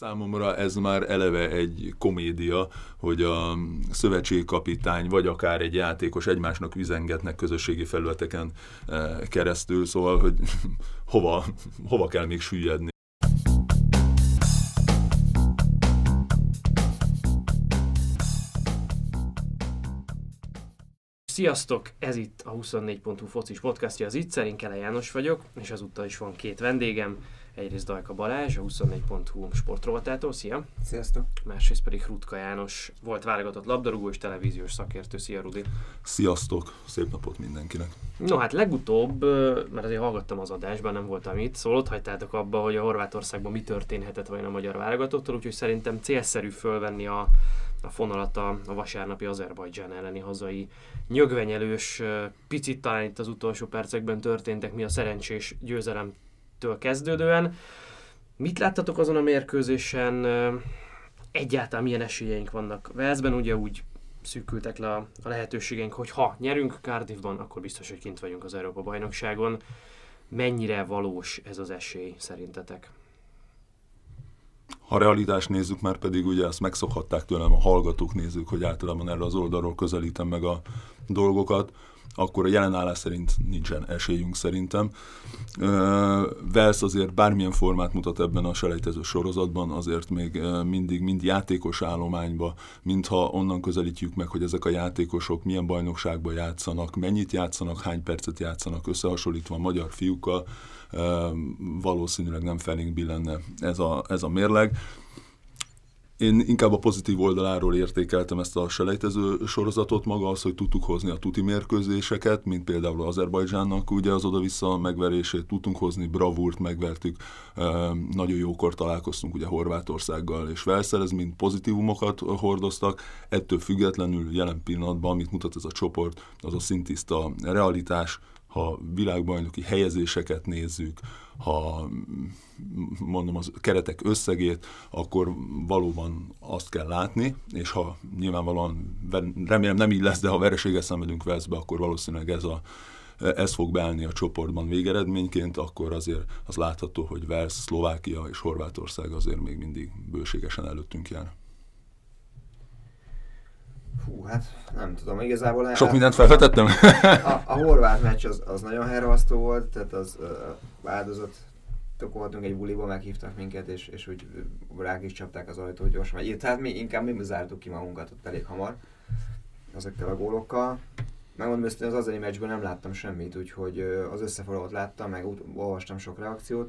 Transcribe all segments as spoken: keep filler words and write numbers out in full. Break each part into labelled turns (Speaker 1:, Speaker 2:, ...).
Speaker 1: Számomra ez már eleve egy komédia, hogy a szövetségkapitány vagy akár egy játékos egymásnak üzengetnek közösségi felületeken keresztül, szóval, hogy hova, hova kell még süllyedni.
Speaker 2: Sziasztok! Ez itt a huszonnégy pont hu focis podcastja, az Ittszer, én Kele János vagyok, és ezúttal is van két vendégem. Egyrészt Dajka Balázs, a huszonnégy pont hu sportrovatától, szia!
Speaker 3: Sziasztok!
Speaker 2: Másrészt pedig Rutka János, volt válogatott labdarúgó és televíziós szakértő, szia Rudi!
Speaker 1: Sziasztok! Szép napot mindenkinek!
Speaker 2: No hát legutóbb, mert azért hallgattam az adásban, nem voltam itt, szóval ott hagytátok abba, hogy a Horvátországban mi történhetett vajon a magyar válogatottal, úgyhogy szerintem célszerű fölvenni a a fonalat a, a vasárnapi Azerbajdzsán elleni hazai nyögvenyelős, picit talán itt az utolsó percekben történtek, mi a szerencsés győzelemtől kezdődően. Mit láttatok azon a mérkőzésen? Egyáltalán milyen esélyeink vannak Walesben? Ugye úgy szűkültek le a, a lehetőségeink, hogy ha nyerünk Cardiffban, akkor biztos, hogy kint vagyunk az Európa-bajnokságon. Mennyire valós ez az esély szerintetek?
Speaker 1: Ha realitást nézzük, már pedig ugye ezt megszokhatták tőlem, a hallgatók nézzük, hogy általában erre az oldalról közelítem meg a dolgokat, akkor a jelenállás szerint nincsen esélyünk szerintem. Wales azért bármilyen formát mutat ebben a selejtező sorozatban, azért még mindig mind játékos állományba, mintha onnan közelítjük meg, hogy ezek a játékosok milyen bajnokságban játszanak, mennyit játszanak, hány percet játszanak, összehasonlítva a magyar fiúkkal, valószínűleg nem felénk billenne ez a, ez a mérleg. Én inkább a pozitív oldaláról értékeltem ezt a selejtező sorozatot, maga az, hogy tudtuk hozni a tuti mérkőzéseket, mint például Azerbajdzsánnak ugye az oda-vissza megverését, tudtunk hozni, bravúrt megvertük, nagyon jókor találkoztunk ugye Horvátországgal és Walesszel, ez mind pozitívumokat hordoztak, ettől függetlenül jelen pillanatban, amit mutat ez a csoport, az a szintiszta realitás. Ha világbajnoki helyezéseket nézzük, ha mondom az keretek összegét, akkor valóban azt kell látni, és ha nyilvánvalóan, remélem nem így lesz, de ha vereséget szenvedünk Walesbe, akkor valószínűleg ez, a, ez fog beállni a csoportban végeredményként, akkor azért az látható, hogy Wales, Szlovákia és Horvátország azért még mindig bőségesen előttünk jár.
Speaker 3: Hú, hát nem tudom, igazából...
Speaker 1: Sok mindent felvetettem?
Speaker 3: A, a horvát meccs az, az nagyon hervasztó volt, tehát az uh, áldozott. Voltunk egy buliba, meghívtak minket, és, és úgy rák is csapták az ajtót gyorsan. Vagy, tehát mi inkább mi zártuk ki magunkat ott elég hamar ezekkel a gólokkal. Megmondom őszintén, az azeri meccsben nem láttam semmit, úgyhogy az összefoglalót láttam, meg úgy, olvastam sok reakciót.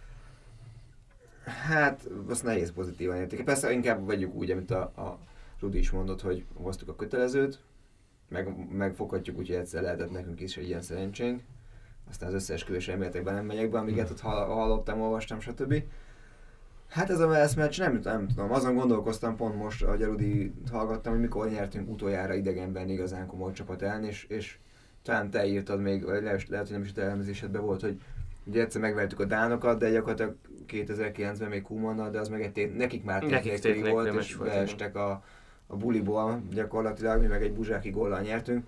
Speaker 3: Hát, azt nehéz pozitívan érték. Persze inkább vagyunk úgy, amit a, a Rudi is mondott, hogy hoztuk a kötelezőt, meg, megfoghatjuk úgy, hogy egyszer lehetett nekünk is egy ilyen szerencsénk. Aztán az összeesküvés elméletekben nem megyek be, amiket ott hallottam, olvastam, stb. Hát ez a Wales meccs, nem, nem tudom, azon gondolkoztam pont most, ahogy a Rudi hallgattam, hogy mikor nyertünk utoljára idegenben igazán komoly csapat ellen, és, és talán te írtad még, vagy lehet, lehet, hogy nem is te elemzésedben volt, hogy ugye egyszer megvertük a dánokat, de gyakorlatilag kétezer-kilencben még Kumannal, de az meg egy tét, nekik már tétlékli volt, és beestek a, a buliból gyakorlatilag, mi meg egy buzsáki góllal nyertünk.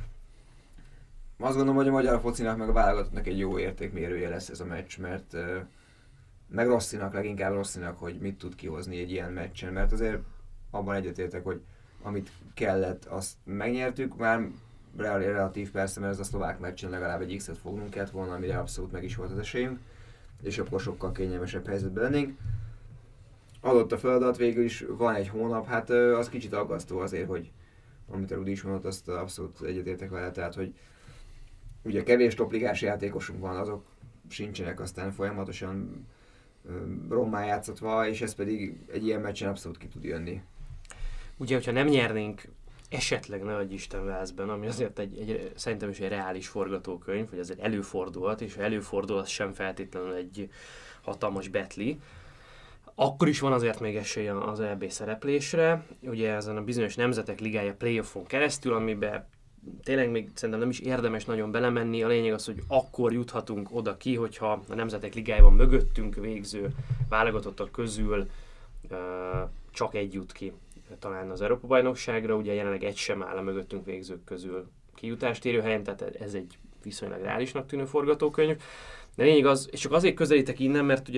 Speaker 3: Azt gondolom, hogy a magyar focinak meg a válogatottnak egy jó értékmérője lesz ez a meccs, mert uh, meg Rosszinak, leginkább Rosszinak, hogy mit tud kihozni egy ilyen meccsen, mert azért abban egyetértek, hogy amit kellett, azt megnyertük, már relatív persze, mert ez a szlovák meccsen legalább egy X-et fognunk kellett volna, amire abszolút meg is volt az esélyünk, és akkor sokkal kényelmesebb helyzetben lennénk. Adott a feladat, végül is van egy hónap, hát uh, az kicsit aggasztó azért, hogy amit a Rudi is mondott, azt abszolút egyetértek vele, tehát hogy ugye kevés topligás játékosunk van, azok sincsenek aztán folyamatosan rommá játszatva, és ez pedig egy ilyen meccsen abszolút ki tud jönni.
Speaker 2: Ugye, hogyha nem nyernénk esetleg, ne adj Isten Walesben, ami azért egy, egy, szerintem is egy reális forgatókönyv, hogy azért előfordulhat, és ha előfordul, az sem feltétlenül egy hatalmas betli, akkor is van azért még esély az é bé szereplésre. Ugye ezen a bizonyos Nemzetek Ligája playoffon keresztül, amiben tényleg még szerintem nem is érdemes nagyon belemenni. A lényeg az, hogy akkor juthatunk oda ki, hogyha a Nemzetek Ligájában mögöttünk végző válogatottak közül uh, csak egy jut ki talán az Európa-bajnokságra. Ugye jelenleg egy sem áll a mögöttünk végzők közül kijutást érő helyen, tehát ez egy viszonylag reálisnak tűnő forgatókönyv. De lényeg az, és csak azért közelítek innen, mert ugye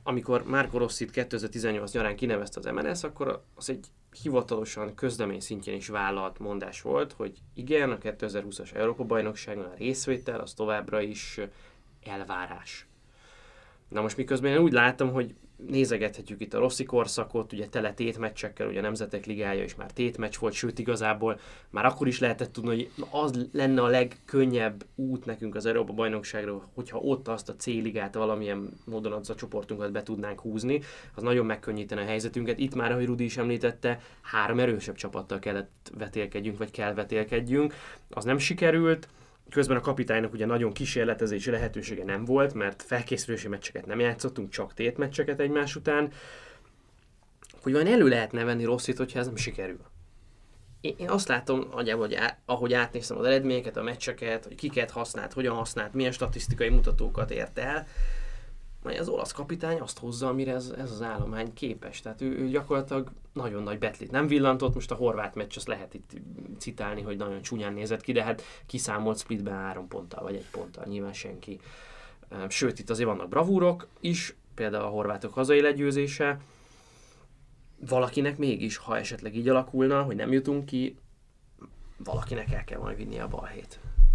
Speaker 2: amikor Marco Rossit kétezer-tizennyolc nyarán kinevezte az em en es, akkor az egy hivatalosan közlemény szintjén is vállalt mondás volt, hogy igen, a kétezer-húszas Európa-bajnokságon a részvétel az továbbra is elvárás. Na most miközben én úgy láttam, hogy nézegethetjük itt a Rossi korszakot, ugye tele tétmeccsekkel, ugye a Nemzetek Ligája is már tétmeccs volt, sőt igazából már akkor is lehetett tudni, hogy az lenne a legkönnyebb út nekünk az Európa-bajnokságról, hogyha ott azt a C-ligát valamilyen módon az a csoportunkat be tudnánk húzni, az nagyon megkönnyítene a helyzetünket. Itt már, ahogy Rudi is említette, három erősebb csapattal kellett vetélkedjünk, vagy kell vetélkedjünk. Az nem sikerült. Közben a kapitánynak ugye nagyon kísérletezési lehetősége nem volt, mert felkészülési meccseket nem játszottunk, csak tétmeccseket egymás után. Hogy van elő lehetne venni Rossit, hogyha ez nem sikerül. Én azt látom, hogy ahogy átnéztem az eredményeket, a meccseket, hogy kiket használt, hogyan használt, milyen statisztikai mutatókat ért el, majd az olasz kapitány azt hozza, amire ez, ez az állomány képes. Tehát ő, ő gyakorlatilag nagyon nagy betlit nem villantott, most a horvát meccs azt lehet itt citálni, hogy nagyon csúnyán nézett ki, de hát kiszámolt splitben három ponttal, vagy egy ponttal, nyilván senki. Sőt, itt azért vannak bravúrok is, például a horvátok hazai legyőzése. Valakinek mégis, ha esetleg így alakulna, hogy nem jutunk ki, valakinek el kell majd vinni a balhét.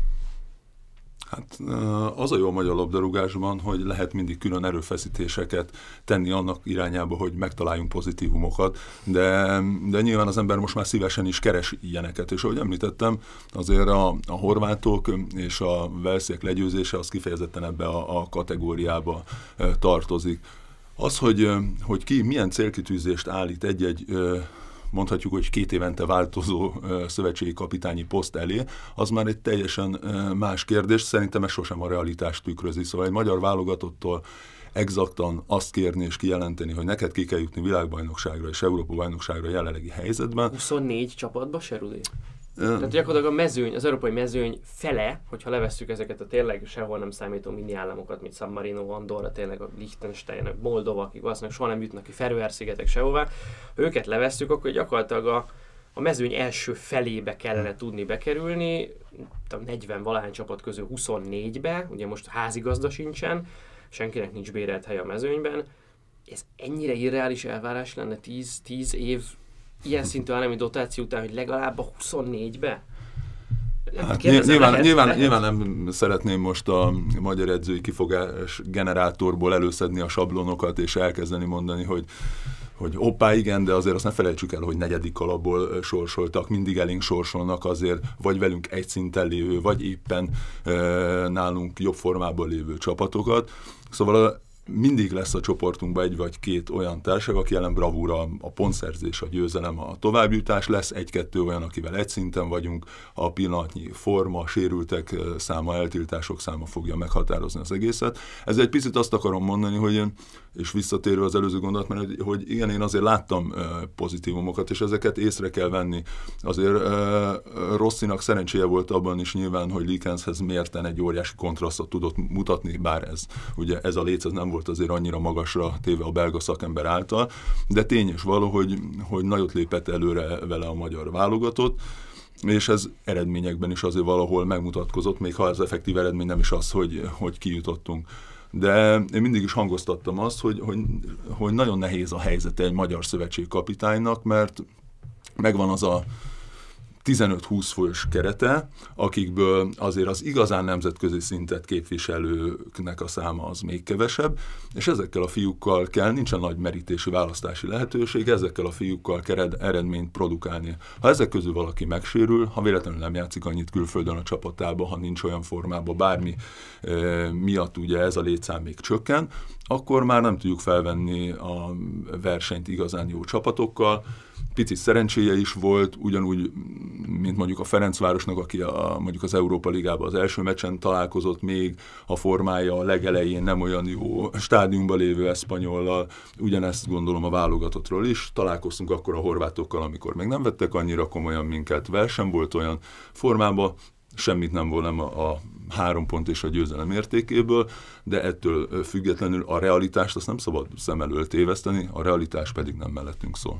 Speaker 1: Hát az a jó a magyar labdarúgásban, hogy lehet mindig külön erőfeszítéseket tenni annak irányába, hogy megtaláljunk pozitívumokat, de, de nyilván az ember most már szívesen is keres ilyeneket, és ahogy említettem, azért a, a horvátok és a velsziek legyőzése az kifejezetten ebbe a, a kategóriába tartozik. Az, hogy, hogy ki milyen célkitűzést állít egy-egy mondhatjuk, hogy két évente változó uh, szövetségi kapitányi poszt elé, az már egy teljesen uh, más kérdés, szerintem ez sosem a realitást tükrözi. Szóval egy magyar válogatottól exaktan azt kérni és kijelenteni, hogy neked ki kell jutni világbajnokságra és Európa-bajnokságra jelenlegi helyzetben.
Speaker 2: huszonnégy csapatba se, Rudi? Tehát gyakorlatilag a mezőny, az európai mezőny fele, hogyha levesszük ezeket a tényleg sehol nem számító mini államokat, mint San Marino, Andorra, tényleg a Liechtenstein, a Moldova, akik valószínűleg soha nem jutnak ki, Feröer-szigetek sehová, ha őket levesszük, akkor gyakorlatilag a, a mezőny első felébe kellene tudni bekerülni, negyven valahány csapat közül huszonnégybe, ugye most házigazda sincsen, senkinek nincs bérelt hely a mezőnyben. Ez ennyire irreális elvárás lenne tíz év ilyen szintű állami dotáció után, hogy legalább a huszonnégybe?
Speaker 1: Hát nyilván, lehet, nyilván, lehet. nyilván nem szeretném most a magyar edzői kifogás generátorból előszedni a sablonokat, és elkezdeni mondani, hogy hogy hoppá, igen, de azért azt ne felejtsük el, hogy negyedik kalapból sorsoltak, mindig elénk sorsolnak azért, vagy velünk egy szinten lévő, vagy éppen e, nálunk jobb formában lévő csapatokat. Szóval mindig lesz a csoportunkban egy vagy két olyan társaság, aki ellen bravúra a pontszerzés, a győzelem, a továbbjutás, lesz egy-kettő olyan, akivel egy szinten vagyunk, a pillanatnyi forma, a sérültek száma, eltiltások száma fogja meghatározni az egészet. Ez egy picit azt akarom mondani, hogy én, és visszatérve az előző gondolat, mert hogy, hogy igen, én azért láttam uh, pozitívumokat, és ezeket észre kell venni. Azért uh, Rossinak szerencséje volt abban is nyilván, hogy Likenshez mérten egy óriási kontrasztot tudott mutatni, bár ez, ugye ez a léc, ez nem volt azért annyira magasra téve a belga szakember által, de tény és való, hogy, hogy nagyot lépett előre vele a magyar válogatott, és ez eredményekben is azért valahol megmutatkozott, még ha az effektív eredmény nem is az, hogy, hogy kijutottunk. De én mindig is hangoztattam azt, hogy, hogy, hogy nagyon nehéz a helyzete egy magyar szövetség kapitánynak, mert megvan az a tizenöt-húsz fős kerete, akikből azért az igazán nemzetközi szintet képviselőknek a száma az még kevesebb, és ezekkel a fiúkkal kell, nincsen nagy merítési választási lehetőség, ezekkel a fiúkkal kell eredményt produkálni. Ha ezek közül valaki megsérül, ha véletlenül nem játszik annyit külföldön a csapatába, ha nincs olyan formában, bármi e, miatt ugye ez a létszám még csökken, akkor már nem tudjuk felvenni a versenyt igazán jó csapatokkal. Picit szerencséje is volt, ugyanúgy, mint mondjuk a Ferencvárosnak, aki a, mondjuk az Európa Ligában az első meccsen találkozott, még a formája a legelején nem olyan jó stádiumban lévő Espanyollal, ugyanezt gondolom a válogatottról is. Találkoztunk akkor a horvátokkal, amikor még nem vettek annyira komolyan minket, vel sem volt olyan formában, semmit nem volna a, a három pont és a győzelem értékéből, de ettől függetlenül a realitást azt nem szabad szem elől téveszteni, a realitás pedig nem mellettünk szól.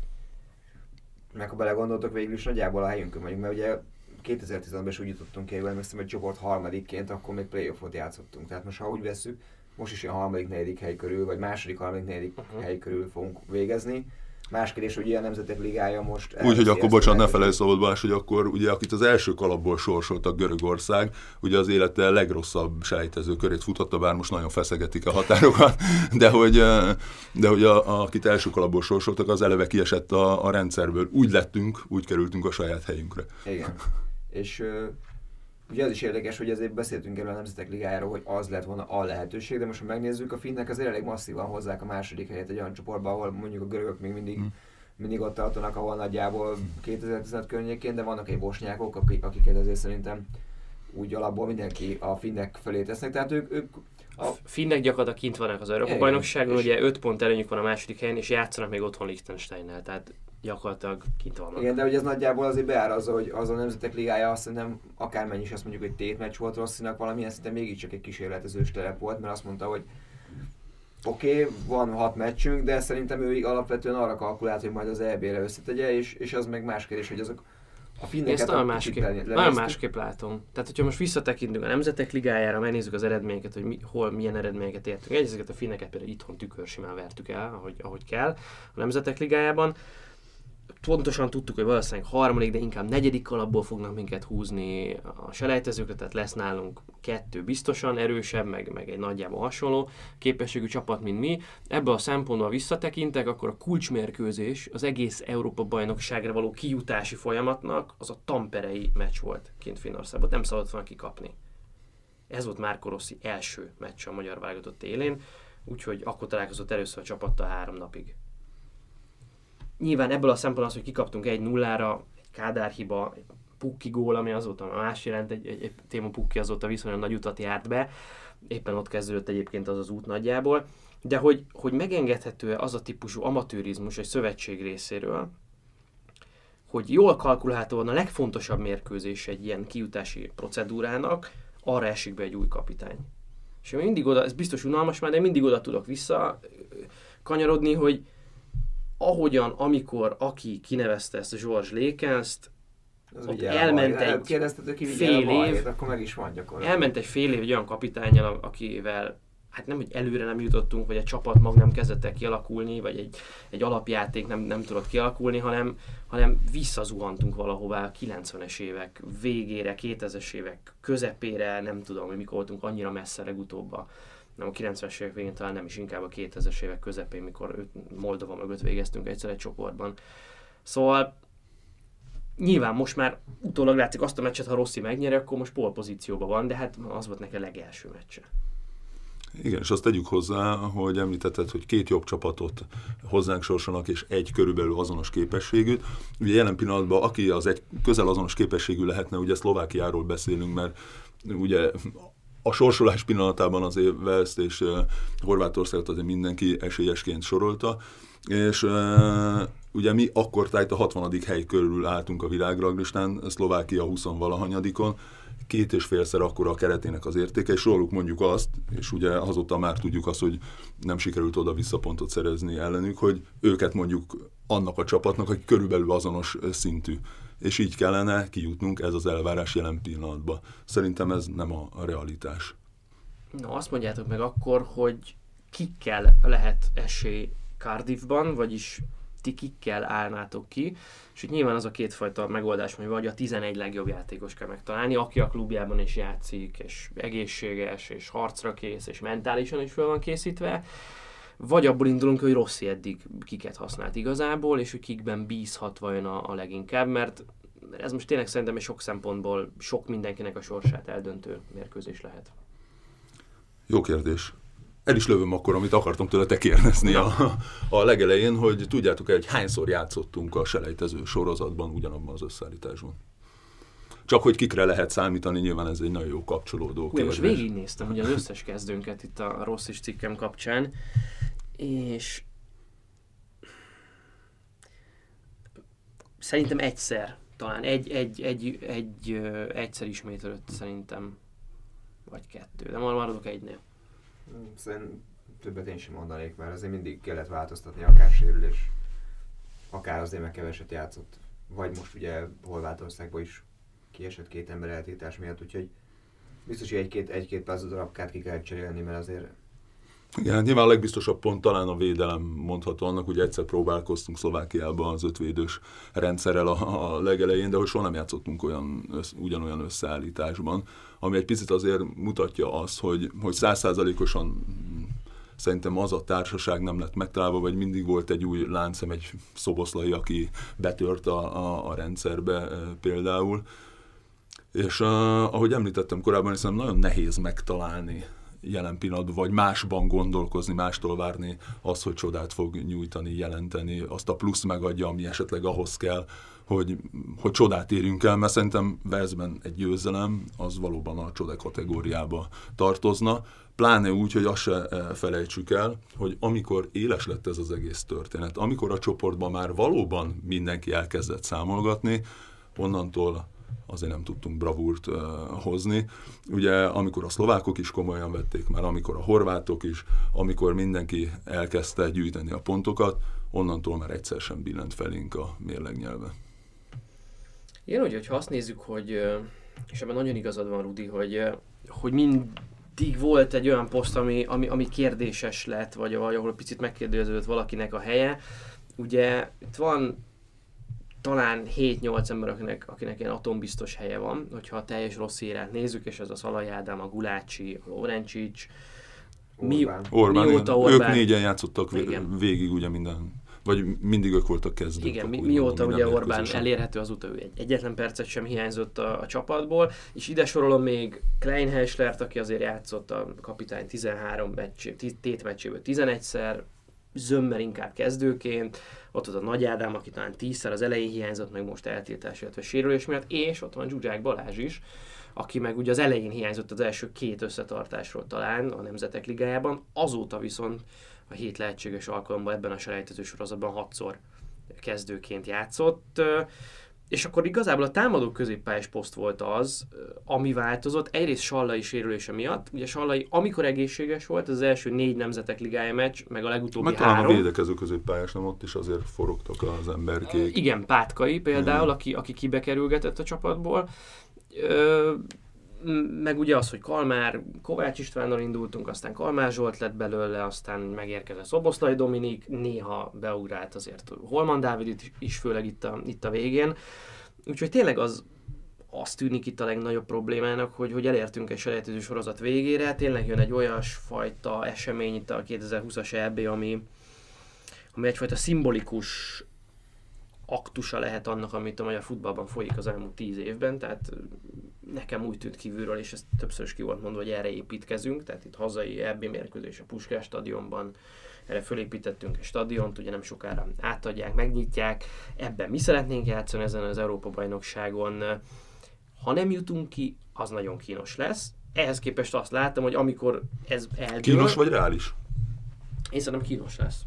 Speaker 3: Meg ha belegondoltok, végül is nagyjából a helyünkön vagyunk, mert ugye kétezer-tizenötben is úgy jutottunk ki, hogy emlékszem, hogy csoport harmadikként, akkor még playoffot játszottunk. Tehát most ha úgy vesszük, most is a harmadik, negyedik hely körül, vagy második, harmadik, negyedik
Speaker 2: uh-huh.
Speaker 3: hely körül fogunk végezni. Más kérdés, hogy ilyen nemzetek ligája most...
Speaker 1: Úgyhogy akkor, bocsánat, ne felejtsd szabad Balázs, hogy akkor ugye akit az első kalapból sorsoltak Görögország, ugye az élete legrosszabb selejtező körét futotta, bár most nagyon feszegetik a határokat, de hogy, de hogy a, a, akit első kalapból sorsoltak, az eleve kiesett a, a rendszerből. Úgy lettünk, úgy kerültünk a saját helyünkre.
Speaker 3: Igen. És ugye az is érdekes, hogy ezért beszéltünk erről a Nemzetek Ligájáról, hogy az lett volna a lehetőség, de most ha megnézzük, a finnek azért elég masszívan hozzák a második helyet egy olyan csoportban, ahol mondjuk a görögök még mindig, hmm. mindig ott tartanak, ahol nagyjából kétezer-tizenöt környékén, de vannak egy bosnyákok, akik, akiket azért szerintem úgy alapból mindenki a finnek felé tesznek, tehát ők, ők
Speaker 2: a finnek gyakorlatilag kint vannak az Európa-bajnokságon, ugye öt pont előnyük van a második helyen, és játszanak még otthon Liechtensteinnel, tehát gyakorlatilag kint vannak.
Speaker 3: Igen, de hogy ez nagyjából azért beárazza, hogy az a Nemzetek Ligája azt szerintem akármennyi is azt mondjuk, hogy tétmeccs volt Rosszinak, valamilyen szinte mégiscsak egy kísérletezős terep volt, mert azt mondta, hogy oké, okay, van hat meccsünk, de szerintem ő alapvetően arra kalkulált, hogy majd az é bé-re összetegye, és, és az meg más kérdés, hogy azok a finneket...
Speaker 2: Ezt nagyon másképp, nagyon másképp látom. Tehát, hogyha most visszatekintünk a Nemzetek Ligájára, megnézzük az eredményeket, hogy mi, hol milyen eredményeket értünk. Egy, ezeket a finneket például itthon tükörsimán vertük el, ahogy, ahogy kell a Nemzetek Ligájában. Pontosan tudtuk, hogy valószínűleg harmadik, de inkább negyedik kalapból fognak minket húzni a selejtezőkre, tehát lesz nálunk kettő biztosan erősebb, meg, meg egy nagyjából hasonló képességű csapat, mint mi. Ebből a szempontból visszatekintek, akkor a kulcsmérkőzés az egész Európa-bajnokságra való kijutási folyamatnak az a tamperei meccs volt kint Finnországban, nem szabadott volna kikapni. Ez volt Marco Rossi első meccs a magyar válogatott élén, úgyhogy akkor találkozott először a csapattal három napig. Nyilván ebből a szempontból az, hogy kikaptunk egy nullára, egy Kádár hiba, egy Pukki gól, ami azóta más jelent, egy, egy, egy Téma Pukki azóta viszonylag nagy utat járt be, éppen ott kezdődött egyébként az az út nagyjából, de hogy, hogy megengedhető az a típusú amatőrizmus egy szövetség részéről, hogy jól kalkulálható a legfontosabb mérkőzés egy ilyen kijutási procedúrának, arra esik be egy új kapitány. És én mindig oda, ez biztos unalmas már, de mindig oda tudok vissza kanyarodni, hogy ahogyan, amikor, aki kinevezte ezt a George Lakens-t, ott elment egy fél év,
Speaker 3: akkor meg is van gyakorlatilag.
Speaker 2: Elment egy fél év egy olyan kapitánnyal, akivel hát nem, hogy előre nem jutottunk, vagy a csapat mag nem kezdett el kialakulni, vagy egy, egy alapjáték nem, nem tudott kialakulni, hanem, hanem visszazuhantunk valahová a kilencvenes évek végére, kétezres évek közepére, nem tudom, hogy mikor voltunk annyira messze legutóbb a nem a kilencvenes évek végén, talán nem is, inkább a kétezres évek közepén, mikor Moldova mögött végeztünk egyszer egy csoportban. Szóval nyilván most már utólag látszik azt a meccset, ha Rossi megnyeri, akkor most pole pozícióban van, de hát az volt neki a legelső meccse.
Speaker 1: Igen, és azt tegyük hozzá, hogy említetted, hogy két jobb csapatot hozzánk sorsolnak, és egy körülbelül azonos képességűt. Ugye jelen pillanatban, aki az egy közel azonos képességű lehetne, ugye Szlovákiáról beszélünk, mert ugye a sorsolás pillanatában azért Walest és uh, Horvátországot azért mindenki esélyesként sorolta, és uh, ugye mi akkor tájt a hatvanadik hely körül álltunk a világranglistán, Szlovákia huszonvalahanyadikon, két és félszer akkora a keretének az értéke, és róluk mondjuk azt, és ugye azóta már tudjuk azt, hogy nem sikerült oda visszapontot szerezni ellenük, hogy őket mondjuk annak a csapatnak, hogy körülbelül azonos szintű. És így kellene kijutnunk, ez az elvárás jelen pillanatban. Szerintem ez nem a, a realitás.
Speaker 2: No, azt mondjátok meg akkor, hogy kikkel lehet esély Cardiffban, vagyis ti kikkel állnátok ki, és itt nyilván az a kétfajta megoldás, hogy vagy a tizenegy legjobb játékos kell megtalálni, aki a klubjában is játszik, és egészséges, és harcra kész, és mentálisan is fel van készítve, vagy abból indulunk, hogy Rossi eddig kiket használt igazából, és hogy kikben bízhat vajon a, a leginkább, mert ez most tényleg szerintem egy sok szempontból sok mindenkinek a sorsát eldöntő mérkőzés lehet.
Speaker 1: Jó kérdés. El is lövöm akkor, amit akartam tőletek kérdezni a, a legelején, hogy tudjátok-e, hogy hányszor játszottunk a selejtező sorozatban ugyanabban az összeállításban? Csak hogy kikre lehet számítani, nyilván ez egy nagyon jó kapcsolódó kérdés.
Speaker 2: Most végignéztem ugye az összes kezdőnket itt a Rossis cikkem kapcsán, és szerintem egyszer, talán egy, egy, egy, egy, egy egyszer ismétlődött szerintem, vagy kettő, de maradok egynél.
Speaker 3: Szerintem többet én sem mondanék, mert azért mindig kellett változtatni, akár sérülés, akár azért meg keveset játszott. Vagy most ugye Horvátországban is kiesett két ember eltiltás miatt, úgyhogy biztos, hogy egy-két, egy-két pázó darabkát ki kell cserélni, mert azért
Speaker 1: Igen, nyilván a legbiztosabb pont talán a védelem mondható annak, hogy egyszer próbálkoztunk Szlovákiában az ötvédős rendszerrel a, a legelején, de hogy soha nem játszottunk olyan, össz, ugyanolyan összeállításban, ami egy picit azért mutatja azt, hogy, hogy száz százalékosan szerintem az a társaság nem lett megtalálva, vagy mindig volt egy új láncszem, egy Szoboszlai, aki betört a, a, a rendszerbe e, például. És uh, ahogy említettem korábban, hiszen nagyon nehéz megtalálni jelen pillanatban, vagy másban gondolkozni, mástól várni az, hogy csodát fog nyújtani, jelenteni, azt a plusz megadja, ami esetleg ahhoz kell, hogy, hogy csodát érjünk el, mert szerintem Velszben egy győzelem, az valóban a csoda kategóriába tartozna, pláne úgy, hogy azt se felejtsük el, hogy amikor éles lett ez az egész történet, amikor a csoportban már valóban mindenki elkezdett számolgatni, onnantól azért nem tudtunk bravúrt uh, hozni. Ugye amikor a szlovákok is komolyan vették már, amikor a horvátok is, amikor mindenki elkezdte gyűjteni a pontokat, onnantól már egyszer sem billent felénk a mérlegnyelve.
Speaker 2: Igen, úgy, hogyha azt nézzük, hogy, és ebben nagyon igazad van, Rudi, hogy, hogy mindig volt egy olyan poszt, ami, ami, ami kérdéses lett, vagy ahol picit megkérdeződött valakinek a helye. Ugye itt van talán hét-nyolc ember, akinek, akinek ilyen atombiztos helye van, hogyha a teljes rossz érát nézzük, és ez a Szalai Ádám, a Gulácsi, a Lovrencsics,
Speaker 3: Orbán.
Speaker 2: Mi,
Speaker 1: Orbán,
Speaker 2: mióta Orbán...
Speaker 1: Ők négyen játszottak
Speaker 2: igen.
Speaker 1: végig ugye minden, vagy mindig ők voltak kezdők.
Speaker 2: Igen, mi, mióta ugye Orbán elérhető, azóta ő egy egyetlen percet sem hiányzott a, a csapatból, és ide sorolom még Klein Heislert, aki azért játszott a kapitány tizenhárom meccs, tét meccséből tizenegyszer, Zömmel inkább kezdőként, ott volt a Nagy Ádám, aki talán tízszer az elején hiányzott, meg most eltiltás, illetve sérülés miatt, és ott van Zsuzsák Balázs is, aki meg ugye az elején hiányzott az első két összetartásról talán a Nemzetek Ligájában, azóta viszont a hét lehetséges alkalommal ebben a selejtező sorozatban hatszor kezdőként játszott. És akkor igazából a támadó középpályás poszt volt az, ami változott. Egyrészt Sallai sérülése miatt. Ugye Sallai, amikor egészséges volt, az első négy Nemzetek Ligája meccs, meg a legutóbbi
Speaker 1: meg
Speaker 2: három.
Speaker 1: Meg a védekező középpályás, nem ott is azért forogtak az emberkék.
Speaker 2: Igen, Pátkai például, hmm. aki, aki kibekerülgetett a csapatból. Ö, meg ugye az, hogy Kalmár, Kovács Istvánnal indultunk, aztán Kalmár Zsolt lett belőle, aztán megérkezett Szoboszlai Dominik, néha beugrált azért Holman Dávid is, főleg itt a, itt a végén. Úgyhogy tényleg az, az tűnik itt a legnagyobb problémának, hogy, hogy elértünk egy selejtező sorozat végére, tényleg jön egy olyasfajta esemény itt a kétezer-húszas é bé, ami, ami egyfajta szimbolikus aktusa lehet annak, amit a magyar futballban folyik az elmúlt tíz évben, tehát nekem úgy tűnt kívülről, és ez többször is ki volt mondva, hogy erre építkezünk, tehát itt hazai é bé mérkőzés a Puskás stadionban, erre fölépítettünk egy stadiont, ugye nem sokára átadják, megnyitják, ebben mi szeretnénk játszani ezen az Európa-bajnokságon, ha nem jutunk ki, az nagyon kínos lesz. Ehhez képest azt láttam, hogy amikor ez eldől...
Speaker 1: Kínos vagy reális?
Speaker 2: Én szerintem kínos lesz.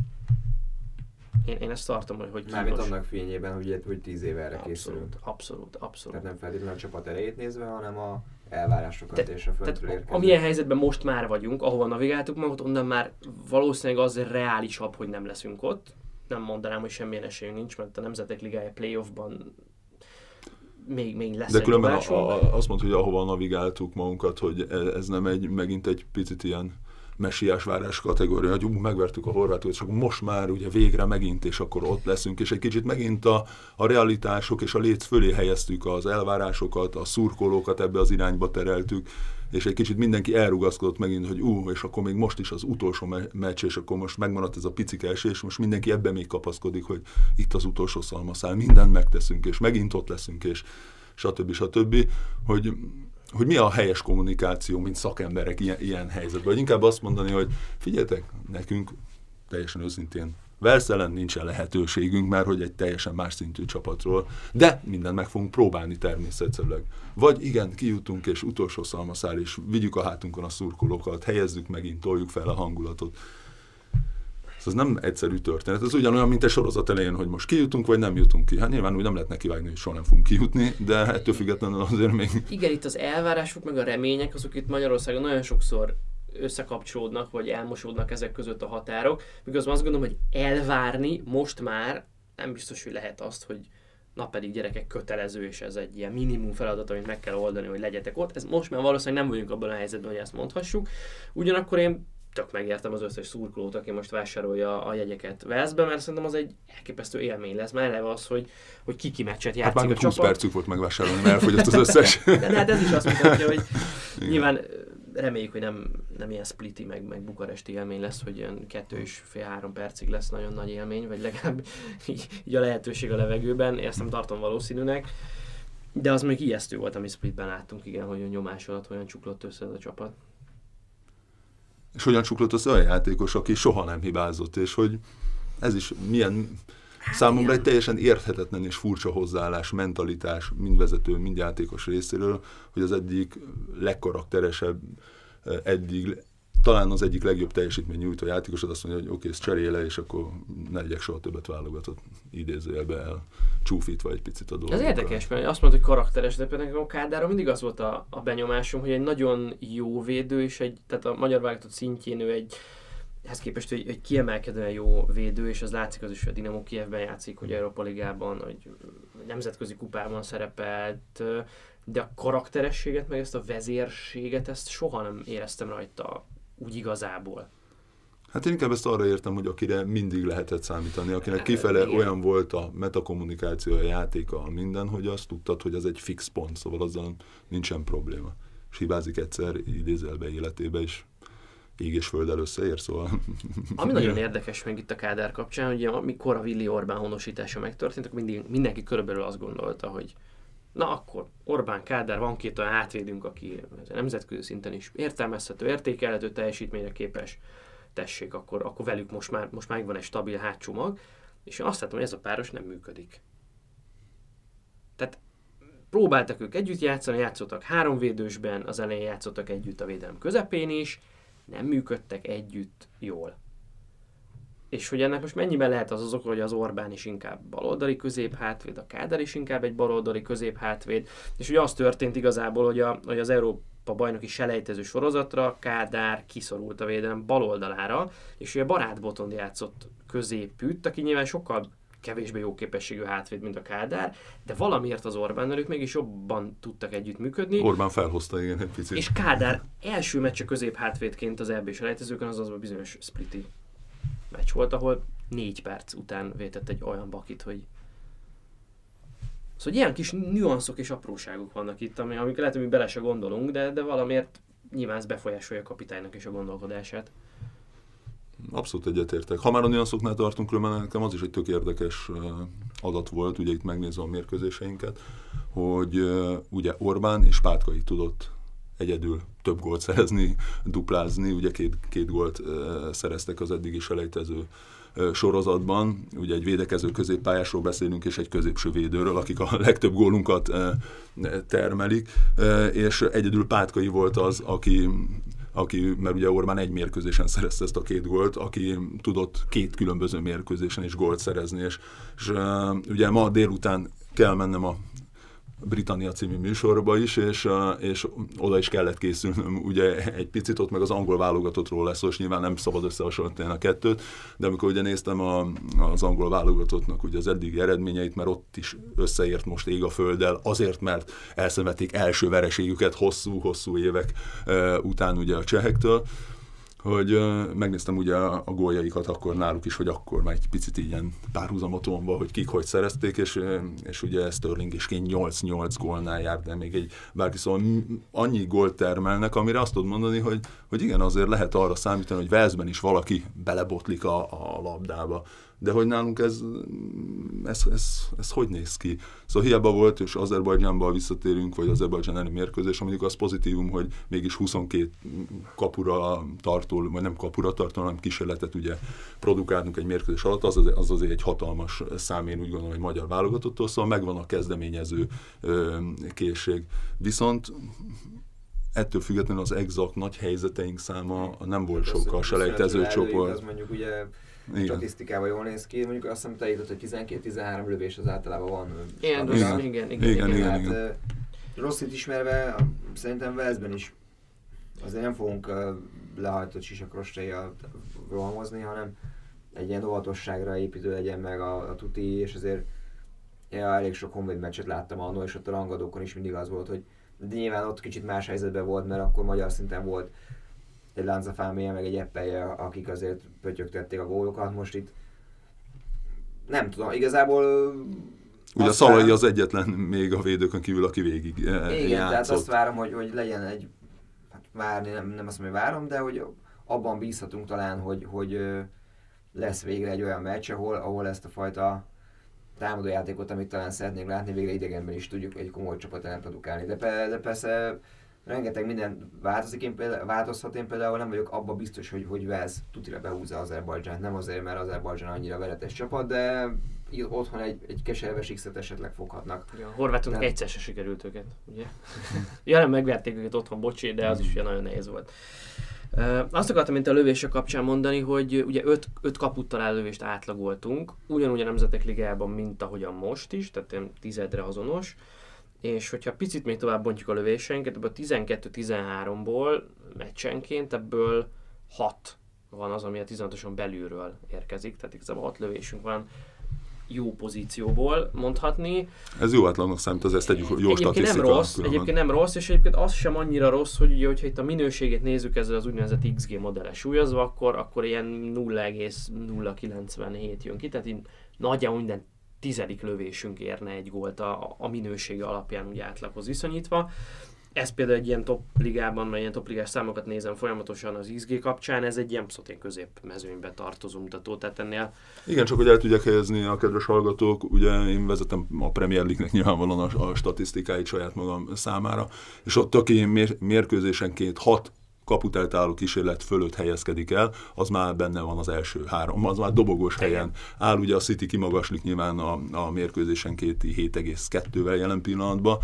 Speaker 2: Én, én ezt tartom, hogy, hogy kínos.
Speaker 3: Mármint annak fényében, hogy, hogy tíz éve erre
Speaker 2: abszolút,
Speaker 3: készülünk.
Speaker 2: Abszolút, abszolút.
Speaker 3: Tehát nem feltétlenül a csapat erejét nézve, hanem a elvárásokat Te, és a föntről érkező.
Speaker 2: Amilyen helyzetben most már vagyunk, ahova navigáltuk magunkat, onnan már valószínűleg az reálisabb, hogy nem leszünk ott. Nem mondanám, hogy semmilyen esélyünk nincs, mert a Nemzetek Ligája playoffban még, még lesz
Speaker 1: de
Speaker 2: egy
Speaker 1: különben
Speaker 2: dobásunk.
Speaker 1: a, a, azt mondta, hogy ahova navigáltuk magunkat, hogy ez nem egy, megint egy picit ilyen messiás várás kategória, hogy ú, megvertük a horvátokat, és akkor most már ugye végre megint, és akkor ott leszünk, és egy kicsit megint a, a realitások és a léc fölé helyeztük az elvárásokat, a szurkolókat ebbe az irányba tereltük, és egy kicsit mindenki elrugaszkodott megint, hogy ú, és akkor még most is az utolsó me- meccs, és akkor most megmaradt ez a picike esés, és most mindenki ebben még kapaszkodik, hogy itt az utolsó szalmaszál, mindent megteszünk, és megint ott leszünk, és stb. stb. Hogy hogy mi a helyes kommunikáció, mint szakemberek ilyen, ilyen helyzetben. Vagy inkább azt mondani, hogy figyeljetek, nekünk teljesen őszintén Velsz ellen nincsen lehetőségünk, mert hogy egy teljesen más szintű csapatról, de mindent meg fogunk próbálni természetszerűleg. Vagy igen, kijutunk és utolsó szalmaszál, és vigyük a hátunkon a szurkolókat, helyezzük megint, toljuk fel a hangulatot. Ez nem egyszerű történet. Ez ugyanolyan, mint egy sorozat elején, hogy most kijutunk, vagy nem jutunk ki. Hát nyilván úgy nem lehet nekivágni, hogy soha nem fogunk kijutni, de ettől függetlenül azért még...
Speaker 2: Igen, itt az elvárások, meg a remények, azok itt Magyarországon nagyon sokszor összekapcsolódnak, vagy elmosódnak ezek között a határok. Miközben azt gondolom, hogy elvárni most már nem biztos, hogy lehet azt, hogy na pedig gyerekek kötelező, és ez egy ilyen minimum feladat, amit meg kell oldani, hogy legyetek ott. Ez most már valószínűleg nem vagyunk abban a helyzetben, hogy ezt mondhassuk. Ugyanakkor én tök megértem az összes szurkolót, aki most vásárolja a jegyeket Velszbe, mert szerintem az egy elképesztő élmény lesz. Már eleve az, hogy, hogy ki-ki meccset játszik
Speaker 1: hát
Speaker 2: a csapat.
Speaker 1: húsz percük volt megvásárolni, mert elfogyott az összes.
Speaker 2: de, de hát ez is azt mutatja, hogy nyilván reméljük, hogy nem, nem ilyen spliti, meg, meg bukaresti élmény lesz, hogy ilyen kettő és fél-három percig lesz nagyon nagy élmény, vagy legalább így, így a lehetőség a levegőben, ezt nem tartom valószínűnek. De az még ijesztő volt, ami Splitben láttunk, igen, hogy a nyomás alatt olyan csuklott össze ez a csapat.
Speaker 1: És hogyan csuklott az olyan játékos, aki soha nem hibázott, és hogy ez is milyen hát számomra igen. Egy teljesen érthetetlen és furcsa hozzáállás, mentalitás, mind vezető, mind játékos részéről, hogy az egyik legkarakteresebb, eddig talán az egyik legjobb teljesítmény nyújtó játékosod azt mondja, hogy oké, okay, ezt cserélj le, és akkor ne legyek soha többet válogatott, idézőjelbe el csúfítva egy picit a dolgokkal.
Speaker 2: Ez érdekes, mert azt mondta, hogy karakteres, de például a Kádárról mindig az volt a, a benyomásom, hogy egy nagyon jó védő, és egy, tehát a magyar válogatott szintjén ő egy, ehhez képest egy, egy kiemelkedően jó védő, és az látszik az is, hogy a Dinamo Kijevben játszik, hogy Európa Ligában, hogy nemzetközi kupában szerepelt, de a karakterességet, meg ezt a vezérséget, ezt soha nem éreztem rajta úgy igazából.
Speaker 1: Hát én inkább ezt arra értem, hogy akire mindig lehetett számítani, akinek kifele igen. Olyan volt a metakommunikáció, a játéka, a minden, hogy azt tudtad, hogy az egy fix pont, szóval azzal nincsen probléma. És hibázik egyszer, idézelbe életébe is, ég és föld összeér, szóval...
Speaker 2: Ami nagyon érdekes meg itt a Kádár kapcsán, hogy amikor a Willi Orbán honosítása megtörtént, akkor mindig, mindenki körülbelül azt gondolta, hogy na akkor Orbán, Kádár, van két olyan átvédünk, aki nemzetközi szinten is értelmezhető, értékelhető teljesítményre képes, tessék, akkor, akkor velük most már, most már van egy stabil hátcsomag, és én azt látom, hogy ez a páros nem működik. Tehát próbáltak ők együtt játszani, játszottak háromvédősben, az elején játszottak együtt a védelem közepén is, nem működtek együtt jól. És hogy ennek most mennyiben lehet az az oka, hogy az Orbán is inkább baloldali középhátvéd, a Kádár is inkább egy baloldali középhátvéd, és ugye az történt igazából, hogy, a, hogy az Európa bajnoki selejtező sorozatra Kádár kiszorult a védelem baloldalára, és ugye Barát Botond játszott középütt, aki nyilván sokkal kevésbé jó képességű hátvéd, mint a Kádár, de valamiért az Orbánnal ők mégis jobban tudtak együttműködni.
Speaker 1: Orbán felhozta, igen, egy picit.
Speaker 2: És Kádár első meccse középhátvédként az é bé selejtezőkön, az az a bizonyos spliti meccs volt, ahol négy perc után vétett egy olyan bakit, hogy... Szóval ilyen kis nüanszok és apróságok vannak itt, ami, amik lehet, hogy mi bele se gondolunk, de, de valamiért nyilván ez befolyásolja a kapitánynak és a gondolkodását.
Speaker 1: Abszolút egyetértek. Ha már a nüanszoknál tartunk, különben nekem az is egy tök érdekes adat volt, ugye itt megnézve a mérkőzéseinket, hogy ugye Orbán és Pátkai tudott egyedül több gólt szerezni, duplázni, ugye két, két gólt szereztek az eddigi selejtező sorozatban, ugye egy védekező középpályásról beszélünk, és egy középső védőről, akik a legtöbb gólunkat termelik, és egyedül Pátkai volt az, aki, aki, mert ugye Orbán egy mérkőzésen szerezte ezt a két gólt, aki tudott két különböző mérkőzésen is gólt szerezni, és, és ugye ma délután kell mennem a Britannia című műsorba is, és, és oda is kellett készülnöm, ugye egy picit ott meg az angol válogatottról lesz, és nyilván nem szabad összehasonlítani a kettőt, de amikor ugye néztem a, az angol válogatottnak ugye az eddigi eredményeit, mert ott is összeért most ég a földdel, azért, mert elszenvedték első vereségüket hosszú-hosszú évek után ugye a csehektől, hogy uh, megnéztem ugye a, a góljaikat akkor náluk is, hogy akkor már egy picit ilyen párhuzamotonban, hogy kik hogy szerezték, és, és ugye Sterling is nyolc nyolc gólnál jár, de még egy bárki, szóval annyi gólt termelnek, amire azt tudod mondani, hogy, hogy igen, azért lehet arra számítani, hogy Velszben is valaki belebotlik a, a labdába. De hogy nálunk ez, ez, ez, ez hogy néz ki? Szóval hiába volt, és Azerbajdzsánban visszatérünk, vagy Azerbajdzsán elleni mérkőzés, mondjuk az pozitívum, hogy mégis huszonkét kapura tartó, vagy nem kapura tartó, hanem kísérletet ugye produkáltunk egy mérkőzés alatt, az, az azért egy hatalmas szám, én úgy gondolom, hogy magyar válogatottól, szóval megvan a kezdeményező ö, készség. Viszont ettől függetlenül az exakt nagy helyzeteink száma nem volt sokkal selejtező csoport.
Speaker 3: Az mondjuk ugye statisztikában jól néz ki, mondjuk azt hiszem te írtad, hogy tizenkét-tizenhárom lövés az általában van.
Speaker 2: Igen, igen, igen, igen, igen,
Speaker 1: igen, igen,
Speaker 3: hát,
Speaker 1: igen.
Speaker 3: Rosszit ismerve, szerintem Velszben is azért nem fogunk lehajtott sisakrostéjjal rohamozni, hanem egy ilyen óvatosságra építő legyen meg a, a tuti, és azért ja, elég sok Honvéd meccset láttam annól, és ott a rangadókon is mindig az volt, hogy de nyilván ott kicsit más helyzetben volt, mert akkor magyar szinten volt egy Lanzafame, meg egy Eppelje, akik azért pötyögtették a gólokat. Most itt nem tudom, igazából...
Speaker 1: Ugye a Szalai az egyetlen még a védőkön kívül, aki végig
Speaker 3: igen,
Speaker 1: játszott.
Speaker 3: tehát azt várom, hogy, hogy legyen egy... Hát várni, nem, nem azt mondom, hogy várom, de hogy abban bízhatunk talán, hogy, hogy lesz végre egy olyan meccs, ahol, ahol ezt a fajta támadójátékot, amit talán szeretnénk látni, végre idegenben is tudjuk egy komoly csapat ellen produkálni. De, pe, de persze rengeteg minden változik, én például, változhat, én például nem vagyok abban biztos, hogy, hogy Velsz tutira behúzza Azerbajdzsánt. Nem azért, mert Azerbajdzsán annyira veretes csapat, de otthon egy, egy keserves X-et esetleg foghatnak.
Speaker 2: Ja, a horvátunk egyszer se sikerült őket, ugye? Ja, nem megverték őket otthon, bocsi, de az is ugye nagyon nehéz volt. Uh, azt akartam, mint a lövések kapcsán mondani, hogy ugye öt, öt kaput találó lövést átlagoltunk, ugyanúgy a Nemzetek Ligájában, mint ahogyan most is, tehát tizedre azonos, és hogyha picit még tovább bontjuk a lövéseinket, ebből tizenkettő tizenháromból meccsenként ebből hat van az, ami a tizenhatoson belülről érkezik, tehát igazából hat lövésünk van jó pozícióból mondhatni.
Speaker 1: Ez jó átlagnak számít, azért tegyük jó
Speaker 2: egyébként
Speaker 1: statisztika.
Speaker 2: Nem rossz, egyébként nem rossz, és egyébként az sem annyira rossz, hogy ugye, hogyha itt a minőségét nézzük ezzel az úgynevezett iksz gé modellel súlyozva, akkor, akkor ilyen nulla egész nulla kilencvenhét jön ki, tehát így nagyjából minden tizedik lövésünk érne egy gólt a, a minősége alapján ugye átlaghoz viszonyítva. Ez például egy ilyen top ligában, vagy ilyen top ligás számokat nézem folyamatosan az iksz gé kapcsán, ez egy ilyen abszolút ilyen középmezőnybe tartozó mutató, tehát ennél...
Speaker 1: Igen, csak hogy el tudják helyezni a kedves hallgatók, ugye én vezetem a Premier League-nek nyilvánvalóan a, a statisztikáit saját magam számára, és ott aki mér, mérkőzésenként hat kaput eltálló kísérlet fölött helyezkedik el, az már benne van az első három, az már dobogós helyen áll, ugye a City kimagaslik nyilván a, a mérkőzésenkénti hét egész kettővel jelen pillanatban,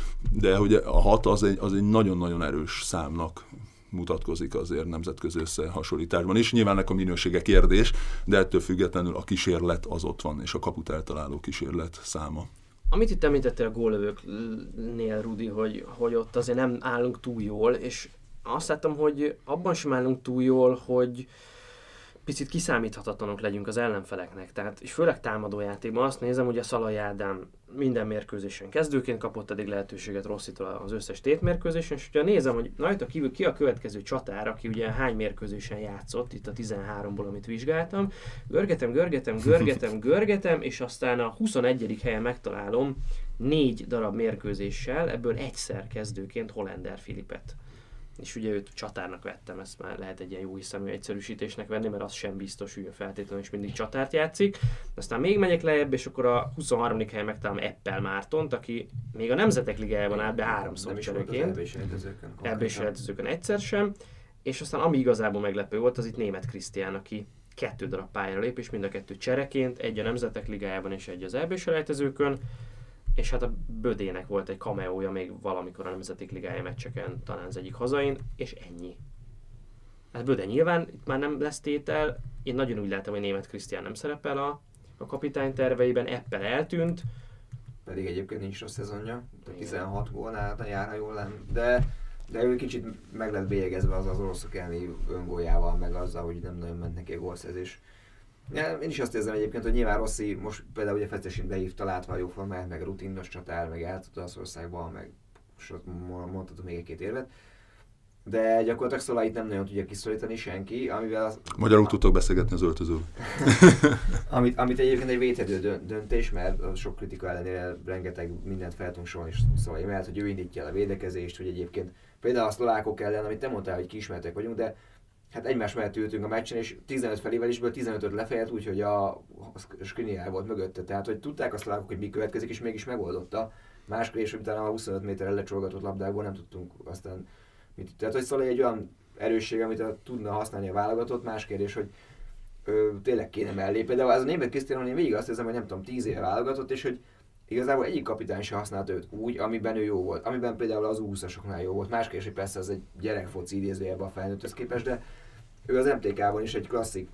Speaker 1: de ugye a hat az egy, az egy nagyon-nagyon erős számnak mutatkozik azért nemzetközi összehasonlításban is. Nyilván a minősége kérdés, de ettől függetlenül a kísérlet az ott van, és a kaput eltaláló kísérlet száma.
Speaker 2: Amit itt említettél a góllövőknél, Rudi, hogy, hogy ott azért nem állunk túl jól, és azt láttam, hogy abban sem állunk túl jól, hogy picit kiszámíthatatlanok legyünk az ellenfeleknek. Tehát, és főleg támadójátékban azt nézem, hogy a Szalai Ádám minden mérkőzésen kezdőként kapott eddig lehetőséget Rosszitól az összes tétmérkőzésen, és hogyha nézem, hogy rajta kívül ki a következő csatár, aki ugye hány mérkőzésen játszott, itt a tizenháromból, amit vizsgáltam, görgetem, görgetem, görgetem, görgetem, és aztán a huszonegyedik helyen megtalálom négy darab mérkőzéssel, ebből egyszer kezdőként Hollander Filipet. És ugye őt csatárnak vettem, ezt már lehet egy ilyen jó hiszemű egyszerűsítésnek venni, mert az sem biztos, hogy feltétlenül is mindig csatárt játszik. Aztán még megyek lejjebb, és akkor a huszonharmadik helyen megtalálom Eppel Mártont, aki még a Nemzetek Ligájában állt be háromszor csereként. Ebben is eltözőkön egyszer sem. És aztán ami igazából meglepő volt, az itt Németh Krisztián, aki kettő darab pályára lép, és mind a kettő csereként, egy a Nemzetek Ligájában és egy az é bé selejtezőkön. És hát a Bödének volt egy cameója még valamikor a Nemzetek Ligája meccseken, talán az egyik hazain, és ennyi. Hát Böde nyilván itt már nem lesz tétel, én nagyon úgy látom, hogy Németh Krisztián nem szerepel a, a kapitány terveiben, Eppel eltűnt.
Speaker 3: Pedig egyébként nincs rossz szezonja, tizenhat gólnál jár, ha jól lenne, de, de ő kicsit meg lett bélyegezve az az oroszok elleni öngóljával, meg azzal, hogy nem nagyon ment neki a gólszerzés. Ja, én is azt érzem egyébként, hogy nyilván Rossi most például ugye Fesztesin behívta, látva a jó formát, meg rutinos csatár, meg eltudta az országban, meg mondhatom még egy-két érvet. De gyakorlatilag Szalait nem nagyon tudja kiszorítani senki, amivel... Az,
Speaker 1: Magyarul tudtok beszélgetni az öltözőről.
Speaker 3: amit, amit egyébként egy védhető döntés, mert sok kritika ellenére rengeteg mindent fel tudunk sorolni Szalai mellett, hogy ő indítja el a védekezést, hogy egyébként például a szlovákok ellen, amit te mondtál, hogy kiismertek vagyunk, de hát egymás mellett ültünk a meccsen, és tizenöt felévelésből tizenötöt lefejelt, úgyhogy a Skriniar volt mögötte. Tehát, hogy tudták a szlovákok, hogy mi következik, és mégis megoldotta. Máskor is, hogy utána a huszonöt méterre lecsorgatott labdákból nem tudtunk aztán mit. Tehát, hogy Szalai egy olyan erősség, amit a, tudna használni a válogatott, más kérdés, hogy ö, tényleg kéne mellé. Például ez a Németh Krisztián, én végig azt érzem, hogy nem tudom, tíz éve válogatott, és hogy igazából egyik kapitány sem használta őt úgy, amiben ő jó volt. Amiben például az U húszasoknál jó volt. Más kérdés, hogy persze ez egy gyerekfoci idézőjelben a felnőtthöz képest, de ő az em té ká-ban is egy klasszik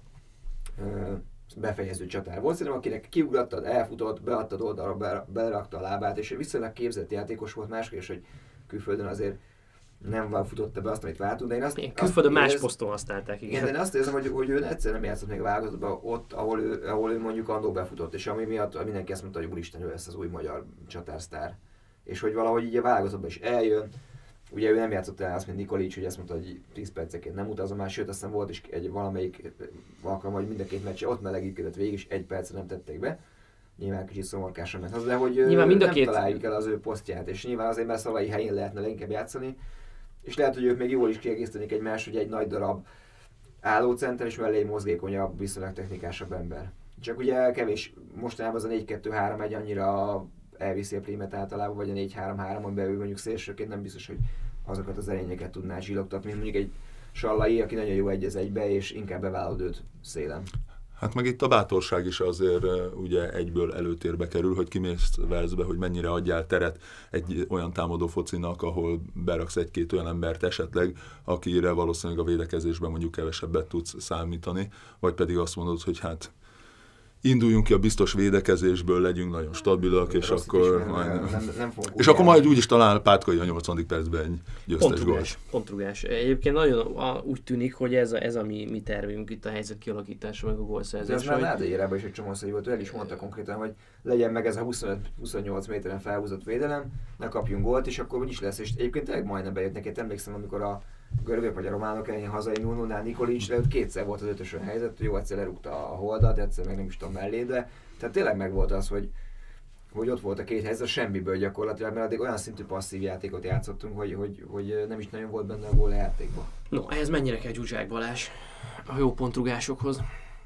Speaker 3: ö, befejező csatár volt, szerintem akinek kiugrattad, elfutott, beadtad oldalra, berakta a lábát, és egy viszonylag képzett játékos volt, más kérdés, hogy külföldön azért nem futotta be azt, amit vártunk, de én azt...
Speaker 2: Igen, külföldön más poszton használták, igen.
Speaker 3: Igen, de én azt érzem, hogy, hogy ő egyszer nem játszott még a válogatottban ott, ahol ő, ahol ő mondjuk andó befutott, és ami miatt mindenki azt mondta, hogy úristen, ő lesz az új magyar csatársztár. És hogy valahogy így a válogatottban is eljön, ugye ő nem játszott el azt, mint Nikolic, hogy azt mondta, hogy tíz perceként nem utazom már, sőt aztán volt is egy valamelyik alkalom, hogy mind a két meccse ott melegítkedett végig, és egy percre nem tették be. Nyilván kicsit szomorkásan ment haza, de hogy nyilván mind a nem két... találjuk el az ő posztját, és nyilván azért, mert Szalai helyén lehetne leginkább játszani, és lehet, hogy ők még jól is kiegészítenék egymást, hogy egy nagy darab állócenter, és mellé egy mozgékonyabb, viszonylag technikásabb ember. Csak ugye kevés, mostanában az a négy kettő három egy annyira elviszi a prímet általában, vagy a négy három három, amiben ő mondjuk szélsőként nem biztos, hogy azokat az erényeket tudná zsillogtatni, mint mondjuk egy Sallai, aki nagyon jó egy az egybe, és inkább bevállalod őt szélen.
Speaker 1: Hát meg itt a bátorság is azért ugye egyből előtérbe kerül, hogy kimész Walesbe, hogy mennyire adjál teret egy olyan támadó focinak, ahol beraksz egy-két olyan embert esetleg, akire valószínűleg a védekezésben mondjuk kevesebbet tudsz számítani, vagy pedig azt mondod, hogy hát induljunk ki a biztos védekezésből, legyünk nagyon stabilak, és akkor,
Speaker 3: is,
Speaker 1: majd,
Speaker 3: nem, nem, nem
Speaker 1: és akkor majd úgyis talál Pátkai a nyolcvadik percben egy győztes gólt.
Speaker 2: Pontrugás. Egyébként nagyon a, úgy tűnik, hogy ez a, ez a mi, mi tervünk itt a helyzet kialakítása, meg a gólszerzés.
Speaker 3: De ez már Nádai érában is egy csomószor volt, ő el is mondta konkrétan, hogy legyen meg ez a huszonöt-huszonnyolc méteren felhúzott védelem, ne kapjunk gólt, és akkor úgyis lesz. És egyébként tényleg majdnem bejött neki. Emlékszem, amikor a görögök vagy a románok ellen hazai null nullnál Nikolic leült, kétszer volt az ötösön helyzet, jó, egyszer lerúgta a holdat, egyszer meg nem is tudom mellé, de tehát tényleg meg volt az, hogy, hogy ott volt a két helyzet semmiből gyakorlatilag, mert addig olyan szintű passzív játékot játszottunk, hogy, hogy, hogy nem is nagyon volt benne a gól a játékban.
Speaker 2: No, ehhez mennyire kell Zsuzsák Balázs a jó pontrugásokhoz?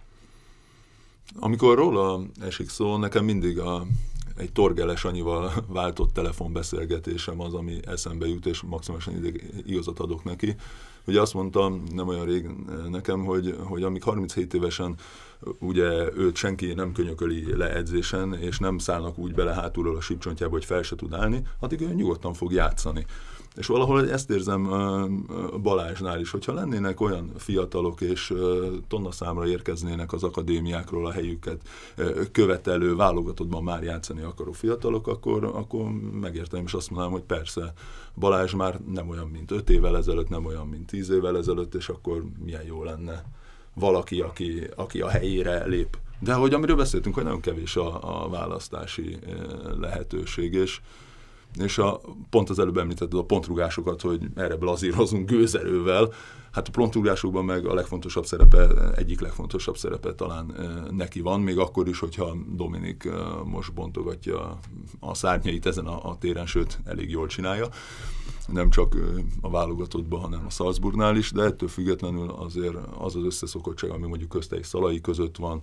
Speaker 1: Amikor róla esik szó, nekem mindig a egy Torgeles annyival váltott telefonbeszélgetésem az, ami eszembe jut, és maximálisan igazat adok neki. Ugye azt mondtam nem olyan rég nekem, hogy, hogy amíg harminchét évesen ugye őt senki nem könyököli le edzésen, és nem szállnak úgy bele hátulról a sípcsontjába, hogy fel se tud állni, addig ő nyugodtan fog játszani. És valahol ezt érzem Balázsnál is, hogyha lennének olyan fiatalok, és tonna számra érkeznének az akadémiákról a helyüket követelő, válogatottban már játszani akaró fiatalok, akkor, akkor megértem, és azt mondanám, hogy persze Balázs már nem olyan, mint öt évvel ezelőtt, nem olyan, mint tíz évvel ezelőtt, és akkor milyen jó lenne valaki, aki, aki a helyére lép. De hogy amiről beszéltünk, hogy nagyon kevés a, a választási lehetőség, és És a, pont az előbb említetted a pontrugásokat, hogy erre blazírozunk gőzerővel. Hát a pontrugásokban meg a legfontosabb szerepe, egyik legfontosabb szerepe talán e, neki van, még akkor is, hogyha Dominik e, most bontogatja a szárnyait ezen a, a téren, sőt, elég jól csinálja. Nem csak a válogatottban, hanem a Salzburgnál is, de ettől függetlenül azért az az összeszokottság, ami mondjuk közte és Szalai között van,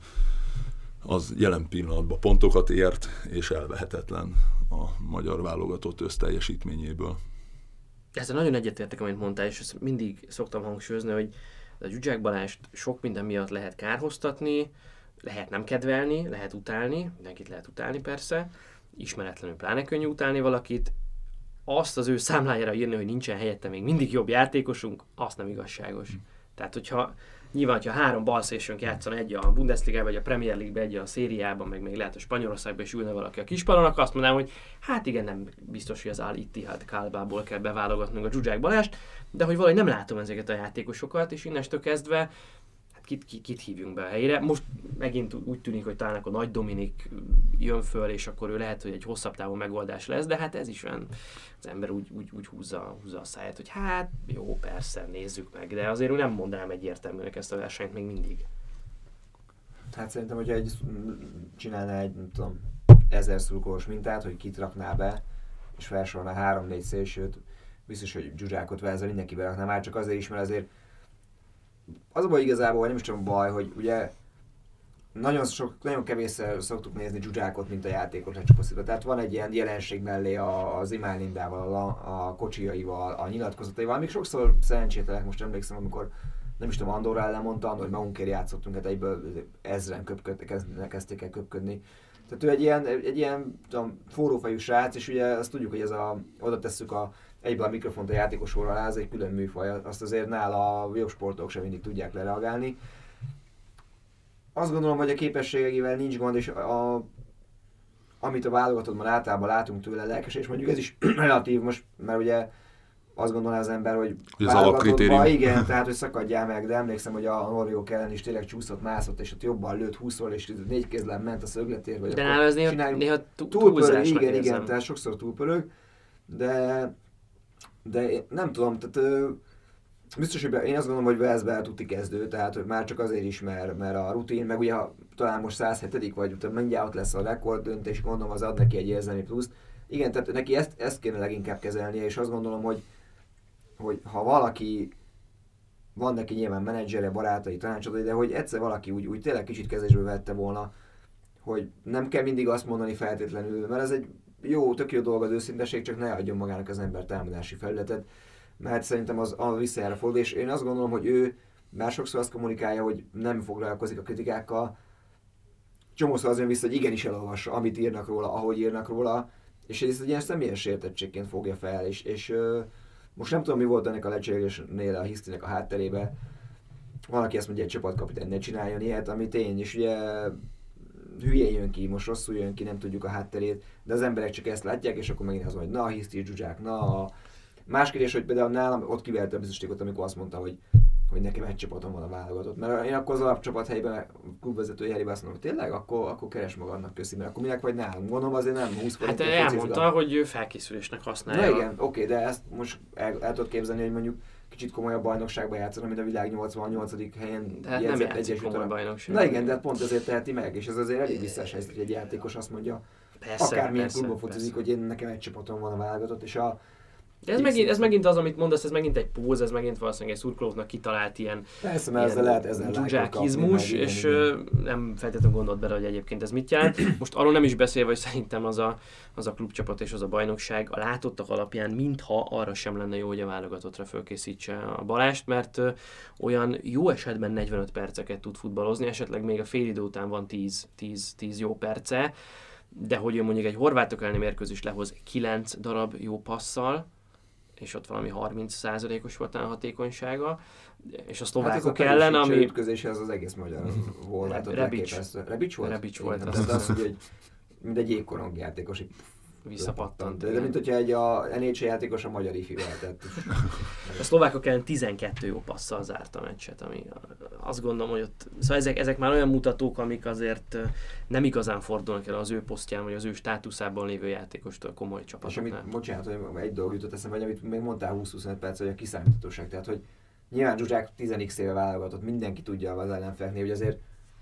Speaker 1: az jelen pillanatban pontokat ért, és elvehetetlen a magyar válogatott összteljesítményéből.
Speaker 2: Ezzel nagyon egyetértek, amit mondtál, és ezt mindig szoktam hangsúlyozni, hogy a Zsuzsák Balást sok minden miatt lehet kárhoztatni, lehet nem kedvelni, lehet utálni, mindenkit lehet utálni persze, ismeretlenül pláne könnyű utálni valakit, azt az ő számlájára írni, hogy nincsen helyette még mindig jobb játékosunk, azt nem igazságos. Mm. Tehát, hogyha nyilván, hogyha három balszélsőnk játszana, egy a Bundesligában, vagy a Premier League-ben, egy a szériában, meg még lehet a Spanyolországban is ülne valaki a kispadon, akkor azt mondanám, hogy hát igen, nem biztos, hogy az Al Ittihad Kalbából kell beválogatnunk a Zsuzsák Balást, de hogy valahogy nem látom ezeket a játékosokat, és innestől kezdve hát kit, kit, kit hívjunk be a helyére. Most megint úgy tűnik, hogy talán akkor Nagy Dominik jön föl, és akkor ő lehet, hogy egy hosszabb távú megoldás lesz, de hát ez is olyan, az ember úgy, úgy, úgy húzza, húzza a száját, hogy hát jó, persze, nézzük meg, de azért úgy nem mondanám egyértelműnek ezt a versenyt még mindig.
Speaker 3: Hát szerintem, hogyha egy, csinálná egy, nem tudom, ezer szurkolós mintát, hogy kit rakná be, és felsorolná három-négy szélsőt, biztos, hogy Zsuzsákot Walesre mindenki berakná, már csak azért is, mert azért az a baj igazából, vagy nem is tudom baj, hogy ugye nagyon, sok, nagyon kevésszer szoktuk nézni Zsuzsákot, mint a játékot lecsapaszítva. Tehát van egy ilyen jelenség mellé a, az Imán Lindával, a, a kocsiaival, a nyilatkozataival, amik sokszor szerencsétlenek, most emlékszem, amikor nem is tudom, Andorra ellen mondta, hogy magunkért játszottunk, hát egyből ezren köpködtek, kezdték el köpködni. Tehát ő egy ilyen, egy ilyen tudom, forrófejű srác, és ugye azt tudjuk, hogy ez a, oda tesszük a egyből a mikrofont a játékosról alá, ez egy külön műfaj, azt azért nála a jobb sportok sem mindig tudják lereagálni. Azt gondolom, hogy a képességeivel nincs gond, és a, amit a válogatottban általában látunk tőle lelkes, és mondjuk ez is relatív most, mert ugye azt gondolná az ember, hogy,
Speaker 1: hogy az alapkritérium.
Speaker 3: Igen, tehát hogy szakadjál meg, de emlékszem, hogy a Norjók ellen is tényleg csúszott, mászott, és ott jobban lőtt húszról, és négy kézzel ment a szögletér, vagy
Speaker 2: de nála ez néha, néha túlzásnak
Speaker 3: túlpörög, igen,
Speaker 2: érzem.
Speaker 3: igen, tehát sokszor túlpörög, de de én nem tudom, tehát biztos, hogy én azt gondolom, hogy Walesbe tuti kezdő, tehát hogy már csak azért is, mert, mert a rutin, meg ugye talán most száz hetedik vagy, tehát mindjárt ott lesz a rekord döntés, gondolom az ad neki egy érzelmi pluszt. Igen, tehát neki ezt, ezt kéne leginkább kezelnie, és azt gondolom, hogy, hogy ha valaki, van neki nyilván menedzsere, barátai, tanácsadói, de hogy egyszer valaki úgy, úgy tényleg kicsit kezésből vette volna, hogy nem kell mindig azt mondani feltétlenül, mert ez egy jó, tök jó dolog az őszinteség, csak ne adjon magának az ember támadási felületet, mert szerintem az, az visszajára fordul, és én azt gondolom, hogy ő már sokszor azt kommunikálja, hogy nem foglalkozik a kritikákkal, csomószor az jön vissza, hogy igenis elolvassa, amit írnak róla, ahogy írnak róla, és ezt egy ilyen személyes sértettségként fogja fel, és, és ö, most nem tudom, mi volt ennek a lecserélésnél a hisztinek a hátterébe. Valaki azt mondja, egy csapatkapitány ne csináljon ilyet, ami tény, és ugye hülyén jön ki, most rosszul jön ki, nem tudjuk a hátterét, de az emberek csak ezt látják, és akkor megint az van, hogy na a hiszti dzsuzsák, na a... Más kérdés, hogy például nálam ott kivelte a biztosítékot, amikor azt mondta, hogy, hogy nekem egy csapatom van a válogatott. Mert én akkor az alapcsapat helyben, klubvezetői helyében azt mondom, hogy tényleg, akkor, akkor keres magadnak köszi, mert akkor minek vagy nálunk. Gondolom azért nem húsz
Speaker 2: Hát elmondta, hogy ő felkészülésnek használja.
Speaker 3: Na igen, oké, de ezt most el, el tudod képzelni, hogy mondjuk kicsit komolyabb bajnokságban játszanak, mint a világ nyolcvannyolcadik helyen.
Speaker 2: De hát nem játszik komoly bajnokság.
Speaker 3: Na igen, de pont ezért teheti meg, és ez azért elég visszás helyzet, hogy egy játékos azt mondja, persze, akármilyen klubban focizik, hogy én nekem egy csapatom van a válogatott, és a
Speaker 2: de ez megint, ez megint az, amit mondasz, ez megint egy póz, ez megint valószínűleg egy szurkolóknak kitalált ilyen,
Speaker 3: persze, mert ezzel lehet ezzel
Speaker 2: dzsuzsákizmus, és igen, nem feltétlenül gondolt bele, hogy egyébként ez mit jelent. Most arról nem is beszélve, hogy szerintem az a, az a klubcsapat és az a bajnokság a látottak alapján mintha arra sem lenne jó, hogy a válogatottra fölkészítse a Balást, mert olyan jó esetben negyvenöt perceket tud futballozni, esetleg még a félidő után van tíz jó perce, de hogy ő mondjuk egy horvátok elleni mérkőzés lehoz kilenc darab jó passzal, és ott valami harminc százalékos volt a hatékonysága, és a szlovákok hát ellen, ami...
Speaker 3: A ütközéshez az egész magyar horvátot elképesztő. Rebic volt?
Speaker 2: Rebic volt.
Speaker 3: Tehát az, hogy egy, mint egy jégkorong játékos,
Speaker 2: visszapattant.
Speaker 3: De, de mint hogyha egy a en há el játékos a magyar ifivel. Tehát...
Speaker 2: A szlovákok ellen tizenkettő jó passzal zárt a meccset, ami azt gondolom, hogy ott... Szóval ezek, ezek már olyan mutatók, amik azért nem igazán fordulnak el az ő posztján, vagy az ő státuszában lévő játékostól komoly csapatoknál. És amit,
Speaker 3: bocsánat, hogy egy dolog jutott eszembe, vagy amit még mondtál húsz-huszonöt perc, hogy a kiszámíthatóság. Tehát, hogy nyilván Zsuzsák tíz x éve válogatott, mindenki tudja az ellenfeleknél, hogy azért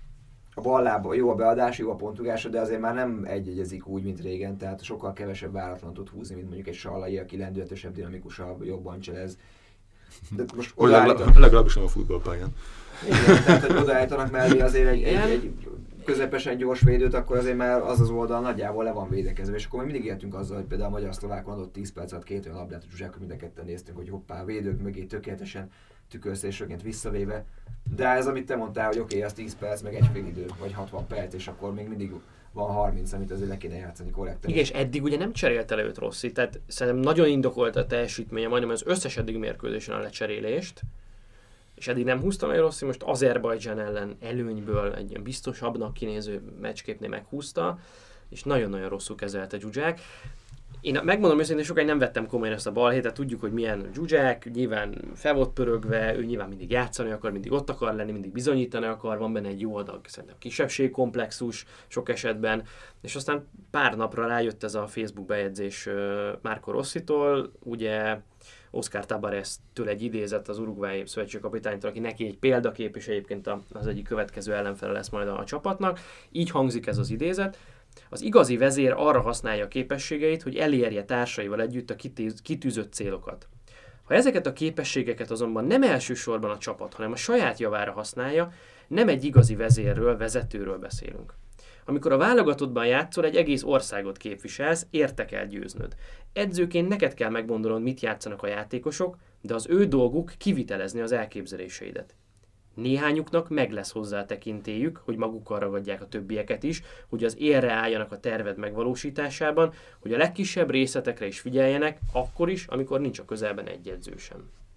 Speaker 3: a ballában jó a beadás, jó a pontugása, de azért már nem egy-egyezik úgy, mint régen, tehát sokkal kevesebb váratlan tud húzni, mint mondjuk egy Sallai, aki lendületesebb, dinamikusabb, jobban cselez. De most
Speaker 1: odaállítanak... Legalábbis nem a futballpályán.
Speaker 3: Igen, tehát hogy odaállítanak mellé azért egy, egy, egy közepesen gyors védőt, akkor azért már az az oldal nagyjából le van védekezve, és akkor mi mindig éltünk azzal, hogy például a magyar-szlovák van ott tíz perc alatt két olyan labdát, hogy Zsuzsák, hogy mind a ketten néztünk, hogy hoppá, a védők mögé tökéletesen tükörszélsőként visszavéve. De ez, amit te mondtál, hogy oké, okay, az tíz perc, meg egy fél idő, vagy hatvan perc, és akkor még mindig van harminc, amit azért le kéne játszani korrekten.
Speaker 2: Igen, és eddig ugye nem cserélte le őt Rossi, tehát szerintem nagyon indokolt a teljesítménye, majdnem az összes eddig mérkőzésen a lecserélést, és eddig nem húzta meg Rossi, most Azerbajdzsán ellen előnyből egy ilyen biztosabbnak kinéző meccsképnél meghúzta, és nagyon-nagyon rosszul kezelte Zsuzsák. Én megmondom őszintén, sokáig nem vettem komolyan ezt a balhétet, tudjuk, hogy milyen Zsuzsák, nyilván fel volt pörögve, ő nyilván mindig játszani akar, mindig ott akar lenni, mindig bizonyítani akar, van benne egy jó adag, szerintem kisebbségkomplexus sok esetben, és aztán pár napra rájött ez a Facebook bejegyzés Marco Rossitól, ugye Oscar Tabarez-től egy idézet az Uruguay szövetségkapitánytól, aki neki egy példakép, és egyébként az egyik következő ellenfele lesz majd a csapatnak. Így hangzik ez az idézet. Az igazi vezér arra használja a képességeit, hogy elérje társaival együtt a kitűzött célokat. Ha ezeket a képességeket azonban nem elsősorban a csapat, hanem a saját javára használja, nem egy igazi vezérről, vezetőről beszélünk. Amikor a válogatottban játszol, egy egész országot képviselsz, érte kell győznöd. Edzőként neked kell megmondolnod, mit játszanak a játékosok, de az ő dolguk kivitelezni az elképzeléseidet. Néhányuknak meg lesz hozzá tekintélyük, hogy magukkal ragadják a többieket is, hogy az élre álljanak a terved megvalósításában, hogy a legkisebb részletekre is figyeljenek, akkor is, amikor nincs a közelben egy edző sem.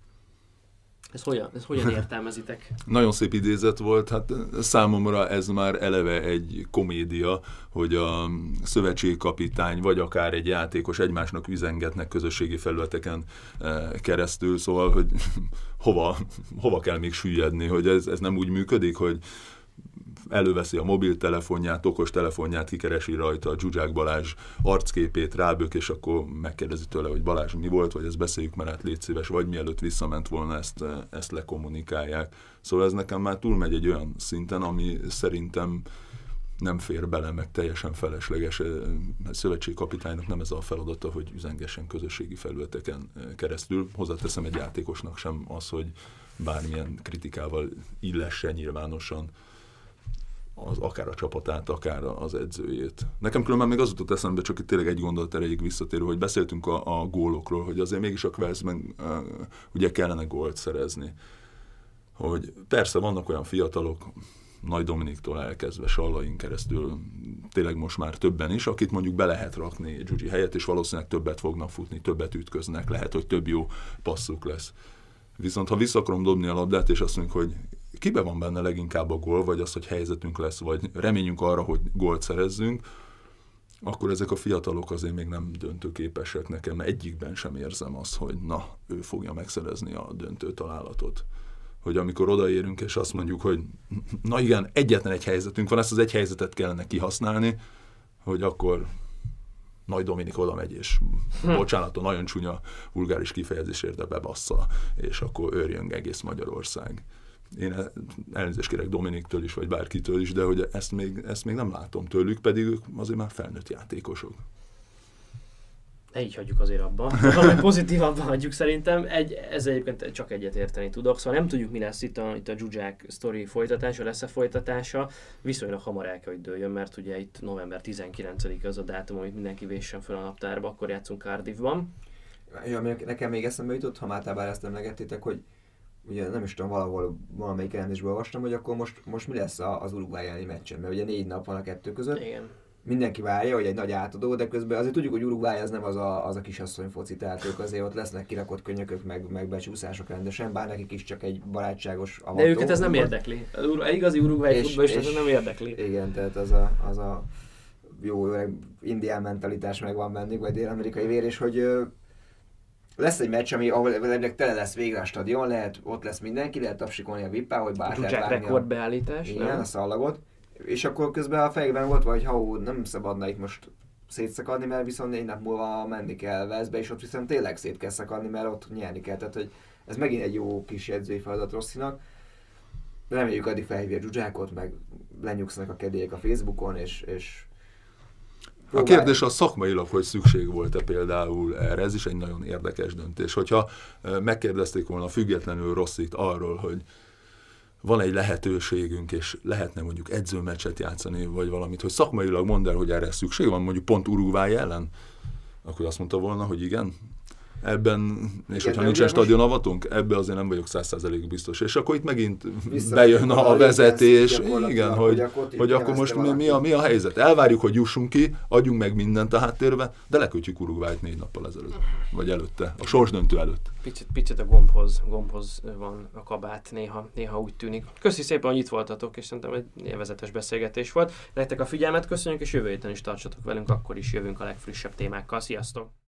Speaker 2: Ez hogyan, ez hogyan értelmezitek?
Speaker 1: Nagyon szép idézet volt, hát számomra ez már eleve egy komédia, hogy a szövetségkapitány vagy akár egy játékos egymásnak üzengetnek közösségi felületeken keresztül, szóval, hogy hova, hova kell még süllyedni, hogy ez, ez nem úgy működik, hogy előveszi a mobiltelefonját, okostelefonját, kikeresi rajta a Zsuzsák Balázs arcképét, rábök, és akkor megkérdezi tőle, hogy Balázs mi volt, vagy ezt beszéljük már át, légy szíves, vagy mielőtt visszament volna, ezt, ezt lekommunikálják. Szóval ez nekem már túlmegy egy olyan szinten, ami szerintem nem fér bele, meg teljesen felesleges. A szövetségkapitánynak nem ez a feladata, hogy üzengessen közösségi felületeken keresztül. Hozzáteszem, egy játékosnak sem az, hogy bármilyen kritikával illesse nyilvánosan az, akár a csapatát, akár az edzőjét. Nekem különben még az jutott eszembe, csak itt tényleg egy gondolat erejéig visszatérő, hogy beszéltünk a, a gólokról, hogy azért mégis a Velszben uh, ugye kellene gólt szerezni. Hogy persze vannak olyan fiatalok, Nagy Dominiktól elkezdve Sallain keresztül, tényleg most már többen is, akit mondjuk be lehet rakni Gyugyi helyett, és valószínűleg többet fognak futni, többet ütköznek, lehet, hogy több jó passzuk lesz. Viszont ha vissza akarom dobni a labdát, és azt mondjuk, hogy kibe van benne leginkább a gól, vagy az, hogy helyzetünk lesz, vagy reményünk arra, hogy gólt szerezzünk, akkor ezek a fiatalok azért még nem döntőképesek nekem. Egyikben sem érzem azt, hogy na, ő fogja megszerezni a döntő találatot. Hogy amikor odaérünk, és azt mondjuk, hogy na igen, egyetlen egy helyzetünk van, ezt az egy helyzetet kellene kihasználni, hogy akkor Nagy Dominik oda megy, és bocsánat, a nagyon csúnya vulgáris kifejezésért, de bebassza, és akkor őrjön egész Magyarország. Én elnézést kérek Dominiktől is, vagy bárkitől is, de hogy ezt még, ezt még nem látom tőlük, pedig ők azért már felnőtt játékosok.
Speaker 2: Ne így hagyjuk azért abban, valami pozitívabban hagyjuk szerintem. Egy, ezzel egyébként csak egyet érteni tudok, szóval nem tudjuk, mi lesz itt a, itt a Zsuzsák sztori folytatása, lesz-e folytatása. Viszonylag hamar el kell, hogy dőljön, mert ugye itt november tizenkilencedike az a dátum, amit mindenki véssen fel a naptárba, akkor játszunk Cardiffban.
Speaker 3: Ja, nekem még eszembe jutott, ha Mátábár ezt emlegettétek, hogy ugye nem is tudom, valahol valamelyik elemzésből olvastam, hogy akkor most, most mi lesz az Uruguay elleni meccsen, mert ugye négy nap van a kettő között.
Speaker 2: Igen.
Speaker 3: Mindenki várja, hogy egy nagy átadó, de közben azért tudjuk, hogy Uruguay az nem az a, az a kisasszony foci, tehát ők azért ott lesznek kirakott könnyökök, meg, meg becsúszások rendesen, bár nekik is csak egy barátságos avató.
Speaker 2: De őket ez nem érdekli. Az igazi Uruguay futball is ez nem érdekli.
Speaker 3: Igen, tehát az a, az a jó öreg indián mentalitás megvan bennük, vagy dél-amerikai vér, és hogy ö, lesz egy meccs, ami ahol tele lesz végre a stadion, lehet, ott lesz mindenki, lehet tapsikolni a vippá, hogy bár lehet vágni
Speaker 2: rekordbeállítás,
Speaker 3: igen, nem? A szallagot. És akkor közben a fejben volt, hogy ha nem szabadna itt most szétszakadni, mert viszont négy nap múlva menni kell Velszbe, és ott viszont tényleg szét kell szakadni, mert ott nyerni kell. Tehát, hogy ez megint egy jó kis edzői feladat Rosszinak. Reméljük addig felhívja a Zsuzsákot, meg lenyugszanak a kedélyek a Facebookon, és, és
Speaker 1: a kérdés az szakmailag, hogy szükség volt-e például erre, ez is egy nagyon érdekes döntés. Hogyha megkérdezték volna függetlenül Rossit arról, hogy van egy lehetőségünk, és lehetne mondjuk edzőmeccset játszani, vagy valamit, hogy szakmailag mondd el, hogy erre szükség van, mondjuk pont Uruguay ellen, akkor azt mondta volna, hogy igen. Ebben, és igen, hogyha nincsen stadionavatunk, ebbe azért nem vagyok száz százalékig biztos. És akkor itt megint bejön a, a vezetés, igen, hogy, hogy, hogy akkor most mi, mi, a, mi a helyzet. Elvárjuk, hogy jussunk ki, adjunk meg mindent a háttérbe, de lekötjük Uruguayt négy nappal ezelőtt, vagy előtte, a sorsdöntő előtt.
Speaker 2: Picit, picit a gombhoz, gombhoz van a kabát, néha, néha úgy tűnik. Köszi szépen, hogy itt voltatok, és szerintem egy élvezetes beszélgetés volt. Nektek a figyelmet köszönjük, és jövő héten is tartsatok velünk, akkor is jövünk a legfrissebb témákkal. Sziasztok!